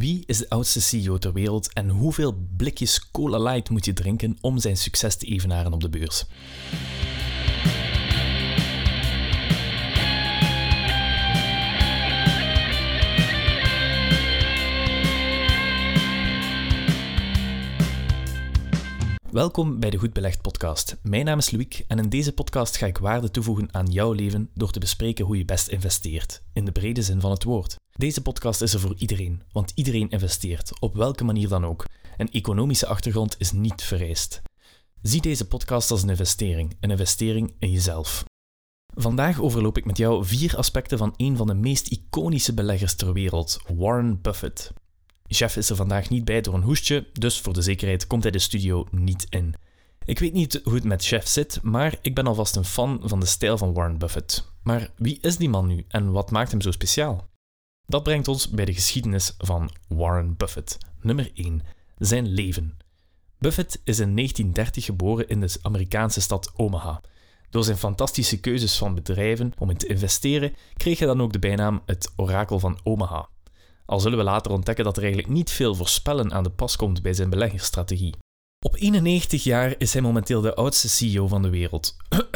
Wie is de oudste CEO ter wereld en hoeveel blikjes Cola Light moet je drinken om zijn succes te evenaren op de beurs? Welkom bij de Goed Belegd podcast. Mijn naam is Loïc en in deze podcast ga ik waarde toevoegen aan jouw leven door te bespreken hoe je best investeert, in de brede zin van het woord. Deze podcast is er voor iedereen, want iedereen investeert, op welke manier dan ook. Een economische achtergrond is niet vereist. Zie deze podcast als een investering in jezelf. Vandaag overloop ik met jou 4 aspecten van een van de meest iconische beleggers ter wereld, Warren Buffett. Jeff is er vandaag niet bij door een hoestje, dus voor de zekerheid komt hij de studio niet in. Ik weet niet hoe het met Jeff zit, maar ik ben alvast een fan van de stijl van Warren Buffett. Maar wie is die man nu en wat maakt hem zo speciaal? Dat brengt ons bij de geschiedenis van Warren Buffett. Nummer 1. Zijn leven. Buffett is in 1930 geboren in de Amerikaanse stad Omaha. Door zijn fantastische keuzes van bedrijven om in te investeren, kreeg hij dan ook de bijnaam het Orakel van Omaha. Al zullen we later ontdekken dat er eigenlijk niet veel voorspellen aan de pas komt bij zijn beleggingsstrategie. Op 91 jaar is hij momenteel de oudste CEO van de wereld.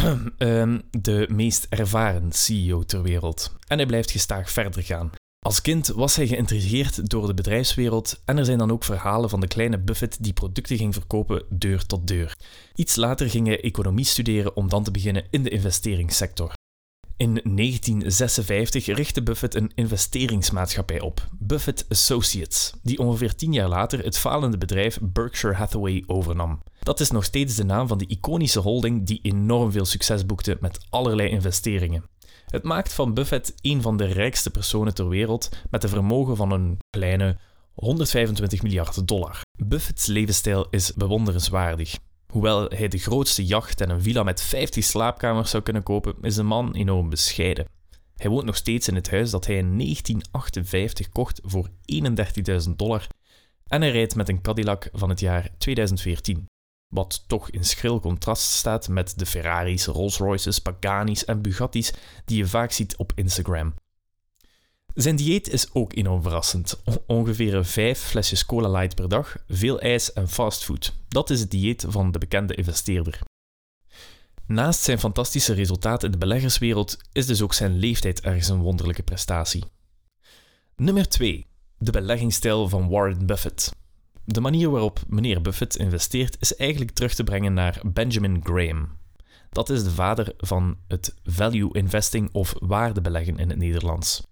De meest ervaren CEO ter wereld. En hij blijft gestaag verder gaan. Als kind was hij geïntrigeerd door de bedrijfswereld en er zijn dan ook verhalen van de kleine Buffett die producten ging verkopen deur tot deur. Iets later ging hij economie studeren om dan te beginnen in de investeringssector. In 1956 richtte Buffett een investeringsmaatschappij op, Buffett Associates, die ongeveer 10 jaar later het falende bedrijf Berkshire Hathaway overnam. Dat is nog steeds de naam van de iconische holding die enorm veel succes boekte met allerlei investeringen. Het maakt van Buffett een van de rijkste personen ter wereld met een vermogen van een kleine $125 miljard. Buffetts levensstijl is bewonderenswaardig. Hoewel hij de grootste jacht en een villa met 50 slaapkamers zou kunnen kopen, is de man enorm bescheiden. Hij woont nog steeds in het huis dat hij in 1958 kocht voor $31.000 en hij rijdt met een Cadillac van het jaar 2014. Wat toch in schril contrast staat met de Ferraris, Rolls-Royces, Paganis en Bugattis die je vaak ziet op Instagram. Zijn dieet is ook enorm verrassend. Ongeveer 5 flesjes Cola Light per dag, veel ijs en fastfood. Dat is het dieet van de bekende investeerder. Naast zijn fantastische resultaten in de beleggerswereld is dus ook zijn leeftijd ergens een wonderlijke prestatie. Nummer 2. De beleggingsstijl van Warren Buffett. De manier waarop meneer Buffett investeert is eigenlijk terug te brengen naar Benjamin Graham. Dat is de vader van het value investing of waardebeleggen in het Nederlands.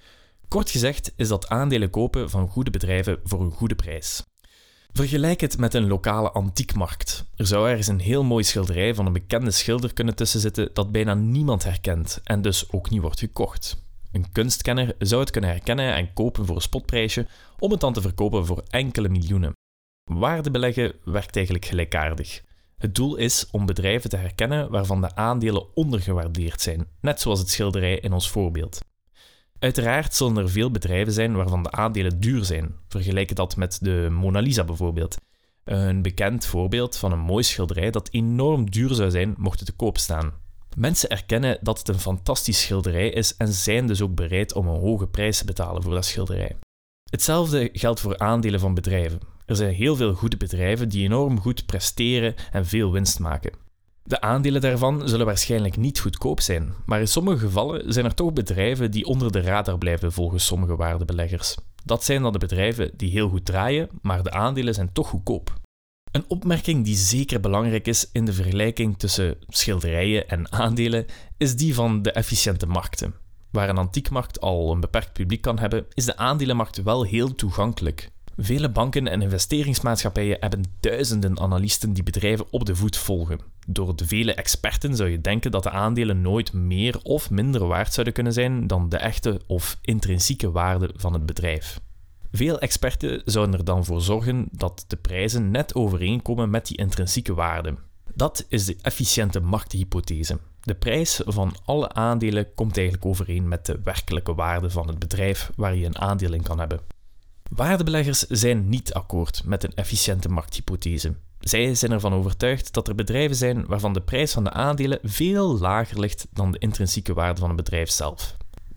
Kort gezegd is dat aandelen kopen van goede bedrijven voor een goede prijs. Vergelijk het met een lokale antiekmarkt. Er zou ergens een heel mooi schilderij van een bekende schilder kunnen tussenzitten dat bijna niemand herkent en dus ook niet wordt gekocht. Een kunstkenner zou het kunnen herkennen en kopen voor een spotprijsje om het dan te verkopen voor enkele miljoenen. Waardebeleggen werkt eigenlijk gelijkaardig. Het doel is om bedrijven te herkennen waarvan de aandelen ondergewaardeerd zijn, net zoals het schilderij in ons voorbeeld. Uiteraard zullen er veel bedrijven zijn waarvan de aandelen duur zijn. Vergelijk dat met de Mona Lisa bijvoorbeeld. Een bekend voorbeeld van een mooi schilderij dat enorm duur zou zijn mocht het te koop staan. Mensen erkennen dat het een fantastisch schilderij is en zijn dus ook bereid om een hoge prijs te betalen voor dat schilderij. Hetzelfde geldt voor aandelen van bedrijven. Er zijn heel veel goede bedrijven die enorm goed presteren en veel winst maken. De aandelen daarvan zullen waarschijnlijk niet goedkoop zijn, maar in sommige gevallen zijn er toch bedrijven die onder de radar blijven volgens sommige waardebeleggers. Dat zijn dan de bedrijven die heel goed draaien, maar de aandelen zijn toch goedkoop. Een opmerking die zeker belangrijk is in de vergelijking tussen schilderijen en aandelen is die van de efficiënte markten. Waar een antiekmarkt al een beperkt publiek kan hebben, is de aandelenmarkt wel heel toegankelijk. Vele banken en investeringsmaatschappijen hebben duizenden analisten die bedrijven op de voet volgen. Door de vele experten zou je denken dat de aandelen nooit meer of minder waard zouden kunnen zijn dan de echte of intrinsieke waarde van het bedrijf. Veel experten zouden er dan voor zorgen dat de prijzen net overeenkomen met die intrinsieke waarde. Dat is de efficiënte markthypothese. De prijs van alle aandelen komt eigenlijk overeen met de werkelijke waarde van het bedrijf waar je een aandeel in kan hebben. Waardebeleggers zijn niet akkoord met een efficiënte markthypothese. Zij zijn ervan overtuigd dat er bedrijven zijn waarvan de prijs van de aandelen veel lager ligt dan de intrinsieke waarde van het bedrijf zelf.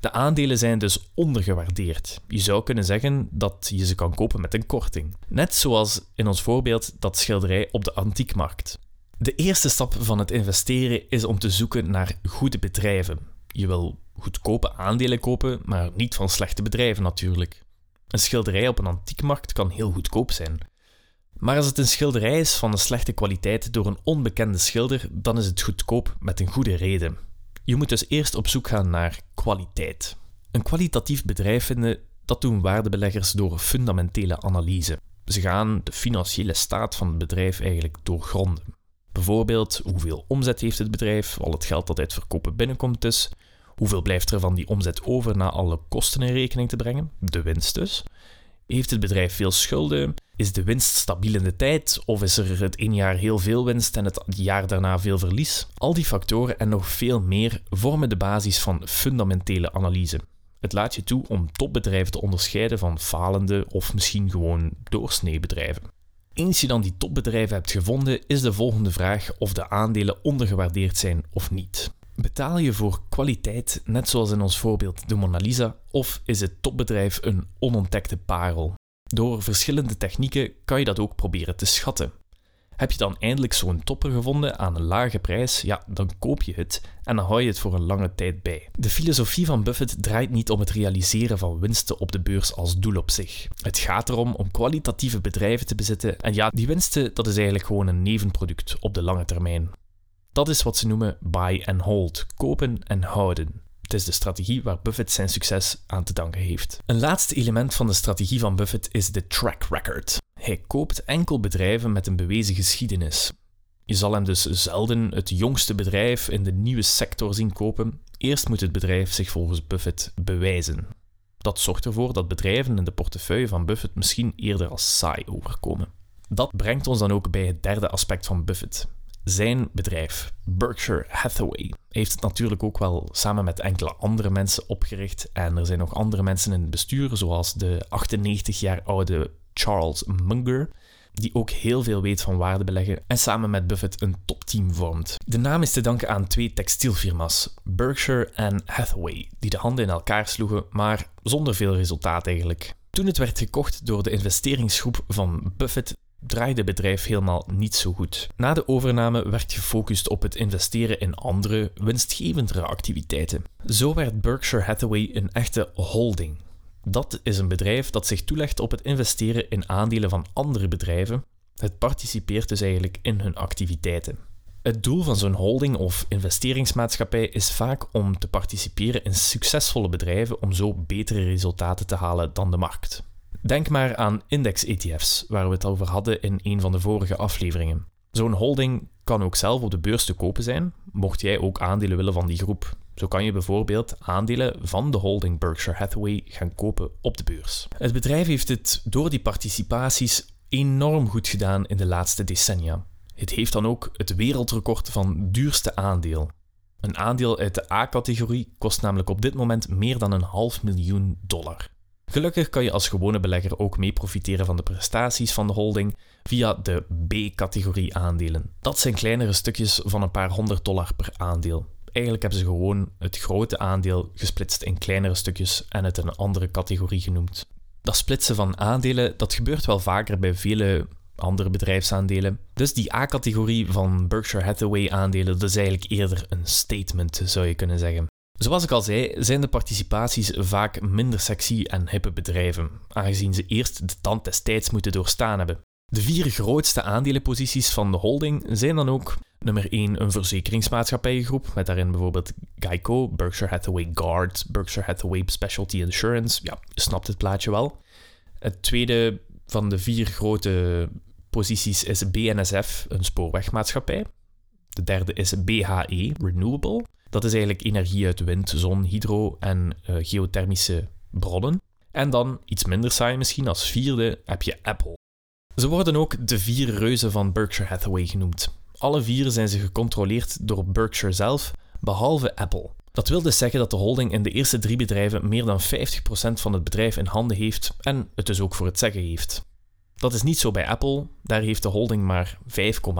De aandelen zijn dus ondergewaardeerd. Je zou kunnen zeggen dat je ze kan kopen met een korting. Net zoals in ons voorbeeld dat schilderij op de antiekmarkt. De eerste stap van het investeren is om te zoeken naar goede bedrijven. Je wil goedkope aandelen kopen, maar niet van slechte bedrijven natuurlijk. Een schilderij op een antiekmarkt kan heel goedkoop zijn. Maar als het een schilderij is van een slechte kwaliteit door een onbekende schilder, dan is het goedkoop met een goede reden. Je moet dus eerst op zoek gaan naar kwaliteit. Een kwalitatief bedrijf vinden, dat doen waardebeleggers door fundamentele analyse. Ze gaan de financiële staat van het bedrijf eigenlijk doorgronden. Bijvoorbeeld, hoeveel omzet heeft het bedrijf, al het geld dat uit verkopen binnenkomt dus, hoeveel blijft er van die omzet over na alle kosten in rekening te brengen, de winst dus. Heeft het bedrijf veel schulden? Is de winst stabiel in de tijd? Of is er het 1 jaar heel veel winst en het jaar daarna veel verlies? Al die factoren en nog veel meer vormen de basis van fundamentele analyse. Het laat je toe om topbedrijven te onderscheiden van falende of misschien gewoon doorsneebedrijven. Eens je dan die topbedrijven hebt gevonden, is de volgende vraag of de aandelen ondergewaardeerd zijn of niet. Betaal je voor kwaliteit, net zoals in ons voorbeeld de Mona Lisa, of is het topbedrijf een onontdekte parel? Door verschillende technieken kan je dat ook proberen te schatten. Heb je dan eindelijk zo'n topper gevonden aan een lage prijs, ja, dan koop je het en dan hou je het voor een lange tijd bij. De filosofie van Buffett draait niet om het realiseren van winsten op de beurs als doel op zich. Het gaat erom om kwalitatieve bedrijven te bezitten en ja, die winsten, dat is eigenlijk gewoon een nevenproduct op de lange termijn. Dat is wat ze noemen buy and hold, kopen en houden. Het is de strategie waar Buffett zijn succes aan te danken heeft. Een laatste element van de strategie van Buffett is de track record. Hij koopt enkel bedrijven met een bewezen geschiedenis. Je zal hem dus zelden het jongste bedrijf in de nieuwe sector zien kopen. Eerst moet het bedrijf zich volgens Buffett bewijzen. Dat zorgt ervoor dat bedrijven in de portefeuille van Buffett misschien eerder als saai overkomen. Dat brengt ons dan ook bij het derde aspect van Buffett. Zijn bedrijf, Berkshire Hathaway, heeft het natuurlijk ook wel samen met enkele andere mensen opgericht. En er zijn nog andere mensen in het bestuur, zoals de 98 jaar oude Charles Munger, die ook heel veel weet van waardebeleggen en samen met Buffett een topteam vormt. De naam is te danken aan 2 textielfirma's, Berkshire en Hathaway, die de handen in elkaar sloegen, maar zonder veel resultaat eigenlijk. Toen het werd gekocht door de investeringsgroep van Buffett, draaide het bedrijf helemaal niet zo goed. Na de overname werd gefocust op het investeren in andere, winstgevendere activiteiten. Zo werd Berkshire Hathaway een echte holding. Dat is een bedrijf dat zich toelegt op het investeren in aandelen van andere bedrijven. Het participeert dus eigenlijk in hun activiteiten. Het doel van zo'n holding of investeringsmaatschappij is vaak om te participeren in succesvolle bedrijven om zo betere resultaten te halen dan de markt. Denk maar aan index-ETF's, waar we het over hadden in een van de vorige afleveringen. Zo'n holding kan ook zelf op de beurs te kopen zijn, mocht jij ook aandelen willen van die groep. Zo kan je bijvoorbeeld aandelen van de holding Berkshire Hathaway gaan kopen op de beurs. Het bedrijf heeft het door die participaties enorm goed gedaan in de laatste decennia. Het heeft dan ook het wereldrecord van duurste aandeel. Een aandeel uit de A-categorie kost namelijk op dit moment meer dan $500.000. Gelukkig kan je als gewone belegger ook mee profiteren van de prestaties van de holding via de B-categorie aandelen. Dat zijn kleinere stukjes van een paar $100 per aandeel. Eigenlijk hebben ze gewoon het grote aandeel gesplitst in kleinere stukjes en het een andere categorie genoemd. Dat splitsen van aandelen, dat gebeurt wel vaker bij vele andere bedrijfsaandelen. Dus die A-categorie van Berkshire Hathaway aandelen, dat is eigenlijk eerder een statement, zou je kunnen zeggen. Zoals ik al zei, zijn de participaties vaak minder sexy en hippe bedrijven, aangezien ze eerst de tand des tijds moeten doorstaan hebben. De 4 grootste aandelenposities van de holding zijn dan ook nummer 1 een verzekeringsmaatschappijengroep, met daarin bijvoorbeeld Geico, Berkshire Hathaway Guard, Berkshire Hathaway Specialty Insurance, ja, je snapt het plaatje wel. Het tweede van de 4 grote posities is BNSF, een spoorwegmaatschappij. De derde is BHE, Renewable. Dat is eigenlijk energie uit wind, zon, hydro en geothermische bronnen. En dan, iets minder saai misschien, als 4e heb je Apple. Ze worden ook de 4 reuzen van Berkshire Hathaway genoemd. Alle 4 zijn ze gecontroleerd door Berkshire zelf, behalve Apple. Dat wil dus zeggen dat de holding in de eerste 3 bedrijven meer dan 50% van het bedrijf in handen heeft en het dus ook voor het zeggen heeft. Dat is niet zo bij Apple, daar heeft de holding maar 5,6%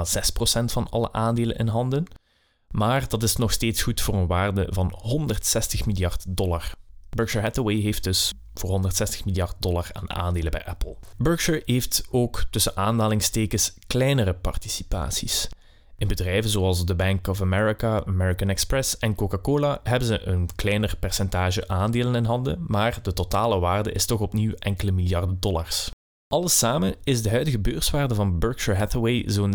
van alle aandelen in handen. Maar dat is nog steeds goed voor een waarde van $160 miljard. Berkshire Hathaway heeft dus voor $160 miljard aan aandelen bij Apple. Berkshire heeft ook tussen aanhalingstekens kleinere participaties. In bedrijven zoals de Bank of America, American Express en Coca-Cola hebben ze een kleiner percentage aandelen in handen, maar de totale waarde is toch opnieuw enkele miljarden dollars. Alles samen is de huidige beurswaarde van Berkshire Hathaway zo'n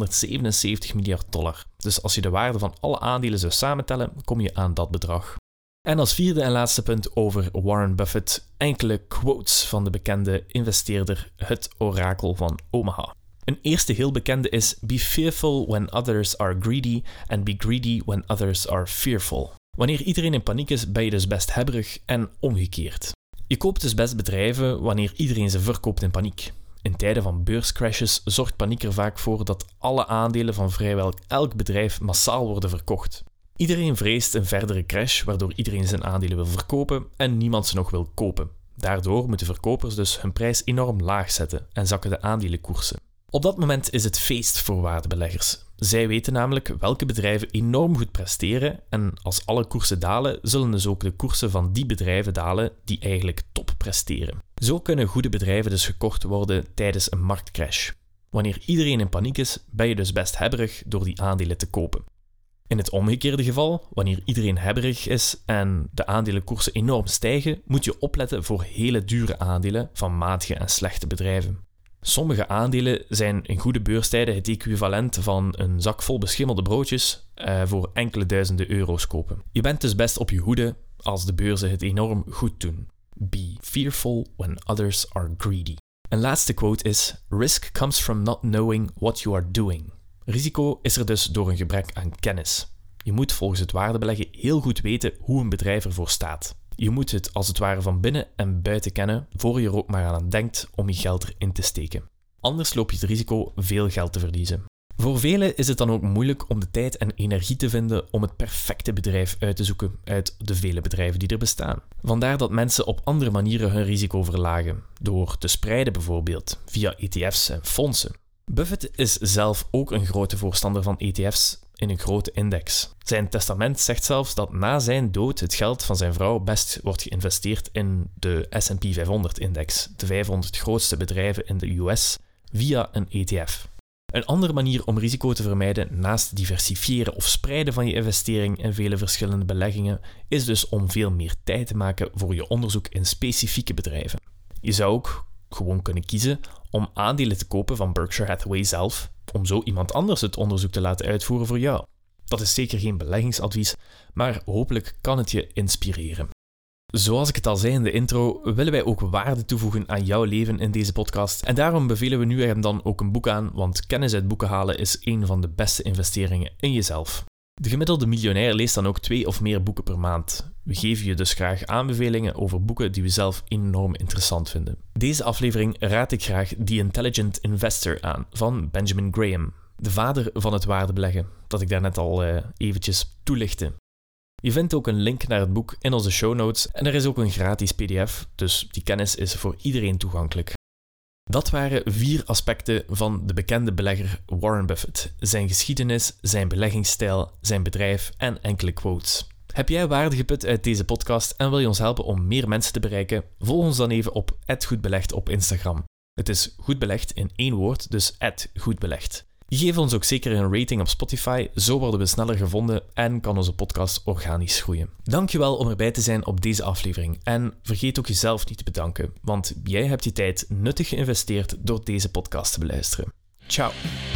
$777 miljard. Dus als je de waarde van alle aandelen zou samentellen, kom je aan dat bedrag. En als vierde en laatste punt over Warren Buffett, enkele quotes van de bekende investeerder, het orakel van Omaha. Een eerste heel bekende is: Be fearful when others are greedy and be greedy when others are fearful. Wanneer iedereen in paniek is, ben je dus best hebberig en omgekeerd. Je koopt dus best bedrijven wanneer iedereen ze verkoopt in paniek. In tijden van beurscrashes zorgt paniek er vaak voor dat alle aandelen van vrijwel elk bedrijf massaal worden verkocht. Iedereen vreest een verdere crash, waardoor iedereen zijn aandelen wil verkopen en niemand ze nog wil kopen. Daardoor moeten verkopers dus hun prijs enorm laag zetten en zakken de aandelenkoersen. Op dat moment is het feest voor waardebeleggers. Zij weten namelijk welke bedrijven enorm goed presteren en als alle koersen dalen, zullen dus ook de koersen van die bedrijven dalen die eigenlijk top presteren. Zo kunnen goede bedrijven dus gekocht worden tijdens een marktcrash. Wanneer iedereen in paniek is, ben je dus best hebberig door die aandelen te kopen. In het omgekeerde geval, wanneer iedereen hebberig is en de aandelenkoersen enorm stijgen, moet je opletten voor hele dure aandelen van matige en slechte bedrijven. Sommige aandelen zijn in goede beurstijden het equivalent van een zak vol beschimmelde broodjes voor enkele duizenden euro's kopen. Je bent dus best op je hoede als de beurzen het enorm goed doen. Be fearful when others are greedy. Een laatste quote is: Risk comes from not knowing what you are doing. Risico is er dus door een gebrek aan kennis. Je moet volgens het waardebeleggen heel goed weten hoe een bedrijf ervoor staat. Je moet het als het ware van binnen en buiten kennen, voor je er ook maar aan denkt om je geld erin te steken. Anders loop je het risico veel geld te verliezen. Voor velen is het dan ook moeilijk om de tijd en energie te vinden om het perfecte bedrijf uit te zoeken uit de vele bedrijven die er bestaan. Vandaar dat mensen op andere manieren hun risico verlagen, door te spreiden bijvoorbeeld, via ETF's en fondsen. Buffett is zelf ook een grote voorstander van ETF's in een grote index. Zijn testament zegt zelfs dat na zijn dood het geld van zijn vrouw best wordt geïnvesteerd in de S&P 500-index, de 500 grootste bedrijven in de US, via een ETF. Een andere manier om risico te vermijden naast diversifiëren of spreiden van je investering in vele verschillende beleggingen, is dus om veel meer tijd te maken voor je onderzoek in specifieke bedrijven. Je zou ook gewoon kunnen kiezen om aandelen te kopen van Berkshire Hathaway zelf, om zo iemand anders het onderzoek te laten uitvoeren voor jou. Dat is zeker geen beleggingsadvies, maar hopelijk kan het je inspireren. Zoals ik het al zei in de intro, willen wij ook waarde toevoegen aan jouw leven in deze podcast. En daarom bevelen we nu hem dan ook een boek aan, want kennis uit boeken halen is een van de beste investeringen in jezelf. De gemiddelde miljonair leest dan ook 2 of meer boeken per maand. We geven je dus graag aanbevelingen over boeken die we zelf enorm interessant vinden. Deze aflevering raad ik graag The Intelligent Investor aan van Benjamin Graham, de vader van het waardebeleggen, dat ik daarnet al eventjes toelichtte. Je vindt ook een link naar het boek in onze show notes en er is ook een gratis pdf, dus die kennis is voor iedereen toegankelijk. Dat waren 4 aspecten van de bekende belegger Warren Buffett. Zijn geschiedenis, zijn beleggingsstijl, zijn bedrijf en enkele quotes. Heb jij waarde geput uit deze podcast en wil je ons helpen om meer mensen te bereiken? Volg ons dan even op @goedbelegd op Instagram. Het is goedbelegd in 1 woord, dus @goedbelegd. Je geeft ons ook zeker een rating op Spotify, zo worden we sneller gevonden en kan onze podcast organisch groeien. Dankjewel om erbij te zijn op deze aflevering en vergeet ook jezelf niet te bedanken, want jij hebt je tijd nuttig geïnvesteerd door deze podcast te beluisteren. Ciao!